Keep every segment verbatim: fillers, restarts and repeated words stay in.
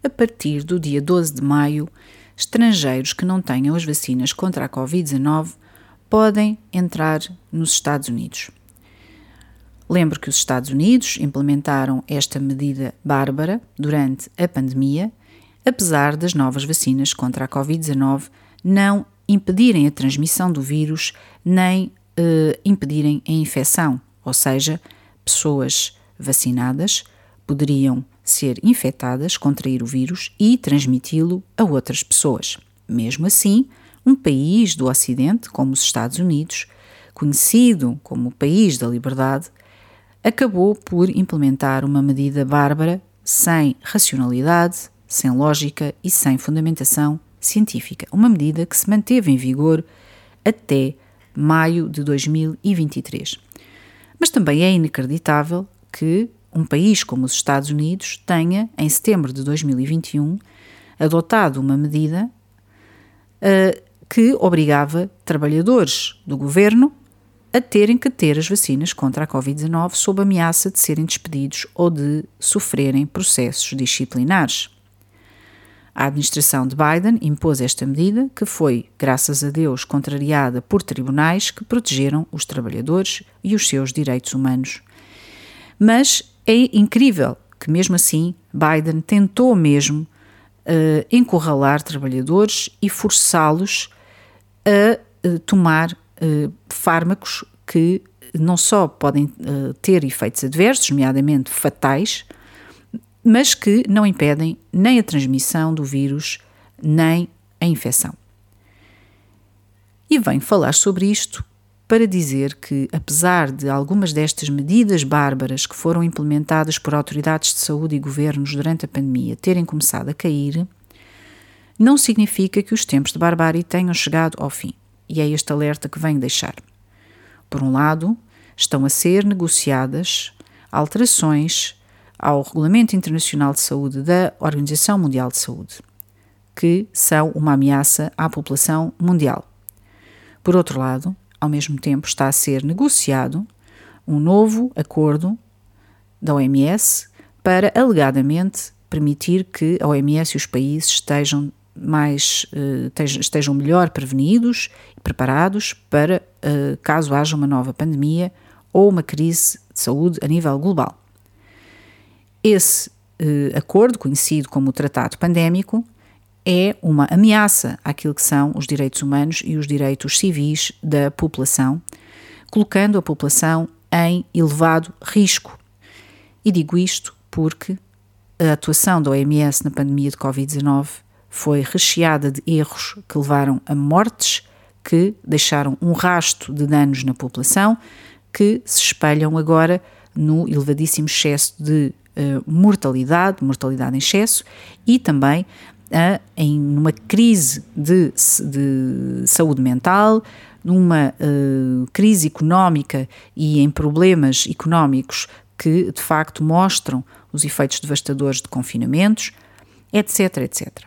a partir do dia doze de maio, estrangeiros que não tenham as vacinas contra a covid dezanove podem entrar nos Estados Unidos. Lembro que os Estados Unidos implementaram esta medida bárbara durante a pandemia, apesar das novas vacinas contra a covid dezanove não impedirem a transmissão do vírus nem eh, impedirem a infecção, ou seja, pessoas vacinadas poderiam ser infectadas, contrair o vírus e transmiti-lo a outras pessoas. Mesmo assim, um país do Ocidente, como os Estados Unidos, conhecido como o país da liberdade, acabou por implementar uma medida bárbara, sem racionalidade, sem lógica e sem fundamentação científica. Uma medida que se manteve em vigor até maio de dois mil e vinte e três. Mas também é inacreditável que um país como os Estados Unidos tenha, em setembro de dois mil e vinte e um, adotado uma medida uh, que obrigava trabalhadores do governo a terem que ter as vacinas contra a covid dezanove sob ameaça de serem despedidos ou de sofrerem processos disciplinares. A administração de Biden impôs esta medida, que foi, graças a Deus, contrariada por tribunais que protegeram os trabalhadores e os seus direitos humanos. Mas é incrível que, mesmo assim, Biden tentou mesmo uh, encurralar trabalhadores e forçá-los a uh, tomar uh, fármacos que não só podem uh, ter efeitos adversos, nomeadamente fatais, mas que não impedem nem a transmissão do vírus, nem a infecção. E venho falar sobre isto para dizer que, apesar de algumas destas medidas bárbaras que foram implementadas por autoridades de saúde e governos durante a pandemia terem começado a cair, não significa que os tempos de barbárie tenham chegado ao fim. E é este alerta que venho deixar. Por um lado, estão a ser negociadas alterações ao Regulamento Internacional de Saúde da Organização Mundial de Saúde, que são uma ameaça à população mundial. Por outro lado, ao mesmo tempo está a ser negociado um novo acordo da O M S para, alegadamente, permitir que a O M S e os países estejam, mais, estejam melhor prevenidos e preparados para, caso haja uma nova pandemia ou uma crise de saúde a nível global. Esse uh, acordo, conhecido como o Tratado Pandémico, é uma ameaça àquilo que são os direitos humanos e os direitos civis da população, colocando a população em elevado risco. E digo isto porque a atuação da O M S na pandemia de covid dezanove foi recheada de erros que levaram a mortes, que deixaram um rasto de danos na população, que se espelham agora no elevadíssimo excesso de Uh, mortalidade, mortalidade em excesso e também uh, em numa crise de, de saúde mental, numa uh, crise económica e em problemas económicos que de facto mostram os efeitos devastadores de confinamentos, etc, etcétera.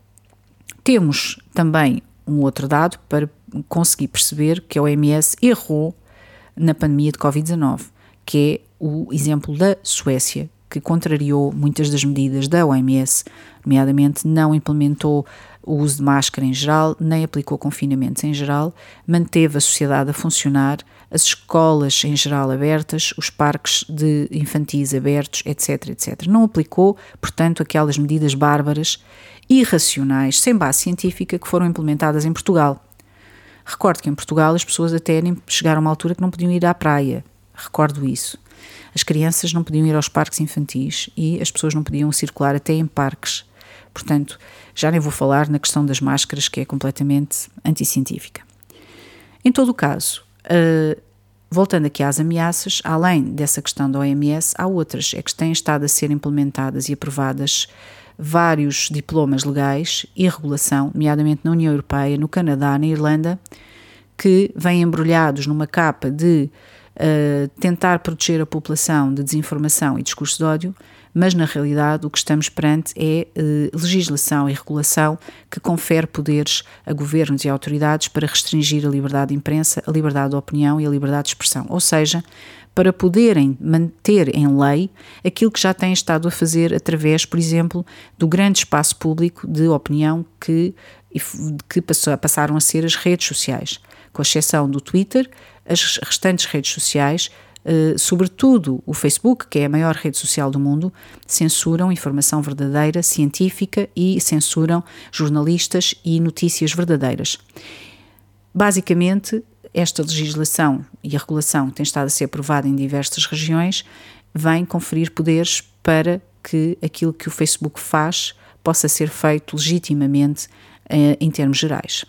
Temos também um outro dado para conseguir perceber que a O M S errou na pandemia de covid dezanove, que é o exemplo da Suécia, que contrariou muitas das medidas da O M S, nomeadamente não implementou o uso de máscara em geral, nem aplicou confinamentos em geral, manteve a sociedade a funcionar, as escolas em geral abertas, os parques de infantis abertos, etc, etcétera. Não aplicou, portanto, aquelas medidas bárbaras, irracionais, sem base científica, que foram implementadas em Portugal. Recordo que em Portugal as pessoas até chegaram a uma altura que não podiam ir à praia, recordo isso. As crianças não podiam ir aos parques infantis e as pessoas não podiam circular até em parques. Portanto, já nem vou falar na questão das máscaras, que é completamente anticientífica. Em todo o caso, uh, voltando aqui às ameaças, além dessa questão da O M S, há outras, é que têm estado a ser implementadas e aprovadas vários diplomas legais e regulação, nomeadamente na União Europeia, no Canadá, na Irlanda, que vêm embrulhados numa capa de Uh, tentar proteger a população de desinformação e discurso de ódio, mas na realidade o que estamos perante é eh, legislação e regulação que confere poderes a governos e autoridades para restringir a liberdade de imprensa, a liberdade de opinião e a liberdade de expressão, ou seja, para poderem manter em lei aquilo que já têm estado a fazer através, por exemplo, do grande espaço público de opinião que, que passou, passaram a ser as redes sociais. Com exceção do Twitter, as restantes redes sociais, eh, sobretudo o Facebook, que é a maior rede social do mundo, censuram informação verdadeira, científica e censuram jornalistas e notícias verdadeiras. Basicamente, esta legislação e a regulação que tem estado a ser aprovada em diversas regiões vem conferir poderes para que aquilo que o Facebook faz possa ser feito legitimamente eh, em termos gerais.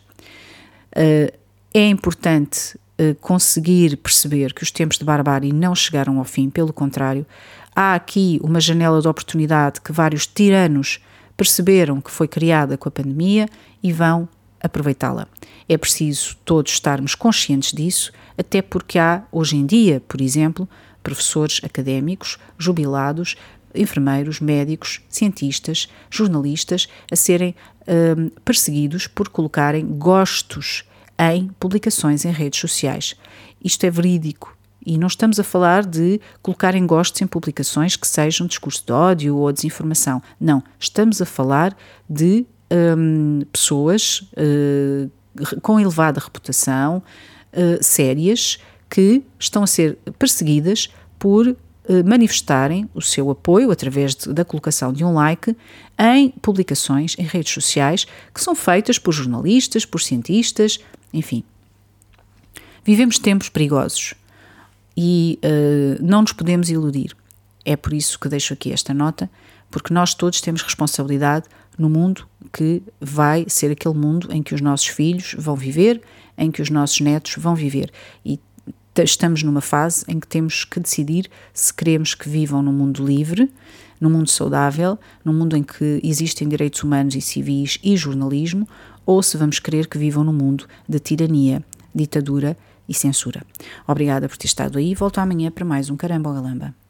Eh, é importante eh, conseguir perceber que os tempos de barbárie não chegaram ao fim, pelo contrário, há aqui uma janela de oportunidade que vários tiranos perceberam que foi criada com a pandemia e vão aproveitá-la. É preciso todos estarmos conscientes disso, até porque há, hoje em dia, por exemplo, professores académicos, jubilados, enfermeiros, médicos, cientistas, jornalistas a serem hum, perseguidos por colocarem gostos em publicações em redes sociais. Isto é verídico e não estamos a falar de colocarem gostos em publicações que sejam discurso de ódio ou desinformação. Não, estamos a falar de hum, pessoas hum, com elevada reputação, uh, sérias, que estão a ser perseguidas por uh, manifestarem o seu apoio através de, da colocação de um like em publicações em redes sociais que são feitas por jornalistas, por cientistas, enfim. Vivemos tempos perigosos e uh, não nos podemos iludir. É por isso que deixo aqui esta nota, porque nós todos temos responsabilidade no mundo que vai ser aquele mundo em que os nossos filhos vão viver, em que os nossos netos vão viver. E estamos numa fase em que temos que decidir se queremos que vivam num mundo livre, num mundo saudável, num mundo em que existem direitos humanos e civis e jornalismo, ou se vamos querer que vivam num mundo de tirania, ditadura e censura. Obrigada por ter estado aí. Volto amanhã para mais um Caramba ou Galamba.